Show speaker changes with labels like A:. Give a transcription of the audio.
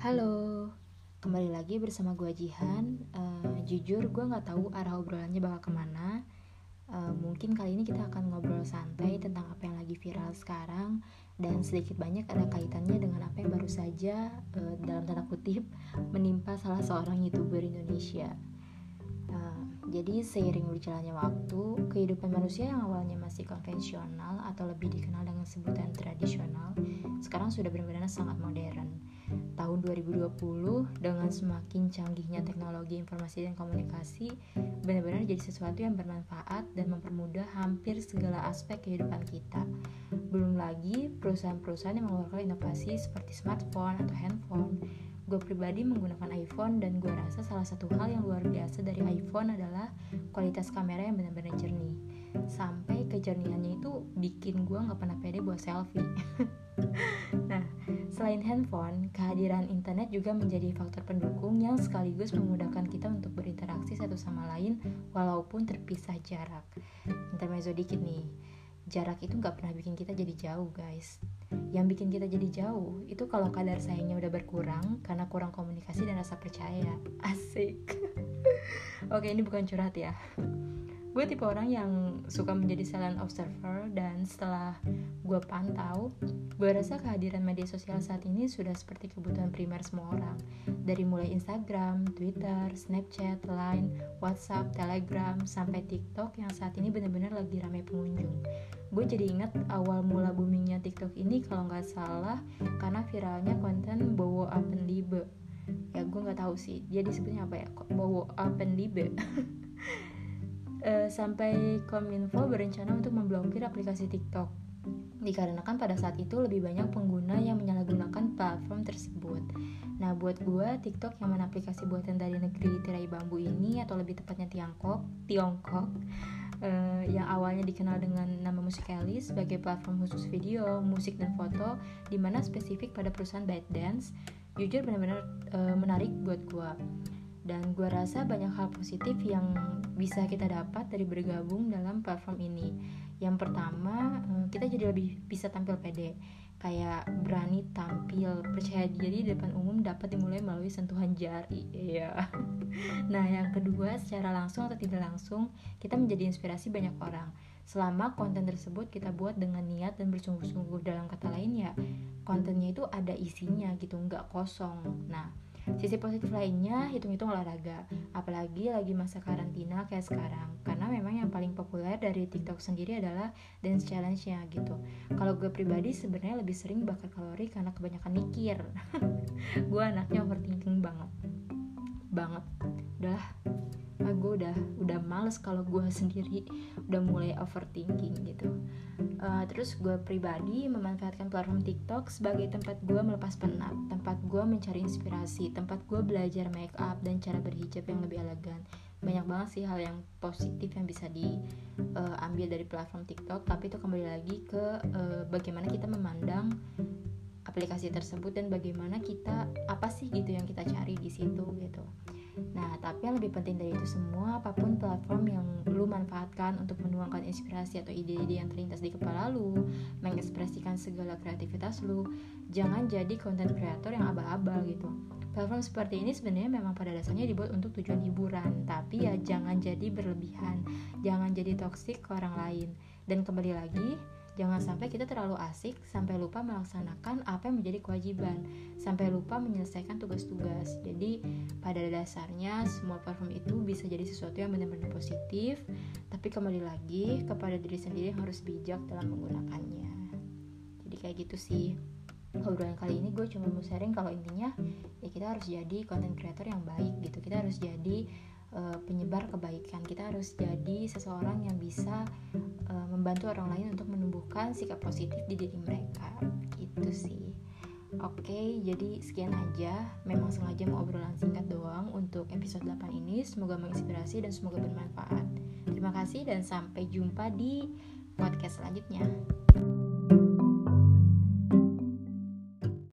A: Halo, kembali lagi bersama gue Jihan. Jujur gue nggak tahu arah obrolannya bakal kemana. Mungkin kali ini kita akan ngobrol santai tentang apa yang lagi viral sekarang dan sedikit banyak ada kaitannya dengan apa yang baru saja dalam tanda kutip menimpa salah seorang YouTuber Indonesia. Jadi seiring berjalannya waktu, kehidupan manusia yang awalnya masih konvensional atau lebih dikenal dengan sebutan tradisional, sekarang sudah benar-benar sangat modern. Tahun 2020 dengan semakin canggihnya teknologi informasi dan komunikasi benar-benar jadi sesuatu yang bermanfaat dan mempermudah hampir segala aspek kehidupan kita. Belum lagi perusahaan-perusahaan yang mengeluarkan inovasi seperti smartphone atau handphone. Gue pribadi menggunakan iPhone dan gue rasa salah satu hal yang luar biasa dari iPhone adalah kualitas kamera yang benar-benar jernih. Sampai kejernihannya itu bikin gue gak pernah pede buat selfie. Nah, selain handphone, kehadiran internet juga menjadi faktor pendukung yang sekaligus memudahkan kita untuk berinteraksi satu sama lain walaupun terpisah jarak. Intermezzo dikit nih, jarak itu gak pernah bikin kita jadi jauh guys. Yang bikin kita jadi jauh itu kalau kadar sayangnya udah berkurang karena kurang komunikasi dan rasa percaya. Asik. Oke, ini bukan curhat ya. Gue tipe orang yang suka menjadi silent observer dan setelah gue pantau, gue rasa kehadiran media sosial saat ini sudah seperti kebutuhan primer semua orang. Dari mulai Instagram, Twitter, Snapchat, Line, WhatsApp, Telegram, sampai TikTok yang saat ini benar-benar lagi ramai pengunjung. Gue jadi ingat awal mula boomingnya TikTok ini kalau nggak salah karena viralnya konten Bowo Appenliebe. Ya gue nggak tahu sih dia disebutnya apa ya, Bowo Appenliebe. Sampai Kominfo berencana untuk memblokir aplikasi TikTok dikarenakan pada saat itu lebih banyak pengguna yang menyalahgunakan platform tersebut. Nah, buat gue TikTok yang mana aplikasi buatan dari negeri tirai bambu ini atau lebih tepatnya Tiongkok yang awalnya dikenal dengan nama Musical.ly sebagai platform khusus video, musik dan foto di mana spesifik pada perusahaan ByteDance, jujur benar-benar menarik buat gue. Dan gue rasa banyak hal positif yang bisa kita dapat dari bergabung dalam platform ini. Yang pertama, kita jadi lebih bisa tampil pede. Kayak berani tampil, percaya diri di depan umum dapat dimulai melalui sentuhan jari. Iya. Nah, yang kedua, secara langsung atau tidak langsung, kita menjadi inspirasi banyak orang. Selama konten tersebut kita buat dengan niat dan bersungguh-sungguh, dalam kata lain ya, kontennya itu ada isinya gitu, nggak kosong. Nah, sisi positif lainnya, hitung-hitung olahraga. Apalagi lagi masa karantina kayak sekarang. Karena memang yang paling populer dari TikTok sendiri adalah dance challenge-nya gitu. Kalau gue pribadi sebenarnya lebih sering bakar kalori karena kebanyakan mikir. Gue anaknya overthinking banget. Gue udah males kalau gue sendiri udah mulai overthinking gitu. Terus gue pribadi memanfaatkan platform TikTok sebagai tempat gue melepas penat, tempat gue mencari inspirasi, tempat gue belajar make up dan cara berhijab yang lebih elegan. Banyak banget sih hal yang positif yang bisa diambil dari platform TikTok, tapi itu kembali lagi ke bagaimana kita memandang aplikasi tersebut dan bagaimana kita, apa sih gitu yang kita cari di situ gitu. Nah, tapi yang lebih penting dari itu semua, apapun platform yang lu manfaatkan untuk menuangkan inspirasi atau ide-ide yang terlintas di kepala lu, mengekspresikan segala kreativitas lu, jangan jadi content creator yang abal-abal gitu. Platform seperti ini sebenarnya memang pada dasarnya dibuat untuk tujuan hiburan, tapi ya jangan jadi berlebihan, jangan jadi toksik ke orang lain. Dan kembali lagi, jangan sampai kita terlalu asik sampai lupa melaksanakan apa yang menjadi kewajiban, sampai lupa menyelesaikan tugas-tugas. Jadi pada dasarnya semua platform itu bisa jadi sesuatu yang benar-benar positif, tapi kembali lagi kepada diri sendiri yang harus bijak dalam menggunakannya. Jadi kayak gitu sih. Obrolan kali ini gue cuma mau sharing kalau intinya ya kita harus jadi content creator yang baik gitu. Kita harus jadi penyebar kebaikan. Kita harus jadi seseorang yang bisa membantu orang lain untuk menumbuhkan sikap positif di diri mereka. Gitu sih. Oke, jadi sekian aja. Memang sengaja mau obrolan singkat doang untuk episode 8 ini. Semoga menginspirasi dan semoga bermanfaat. Terima kasih dan sampai jumpa di podcast selanjutnya.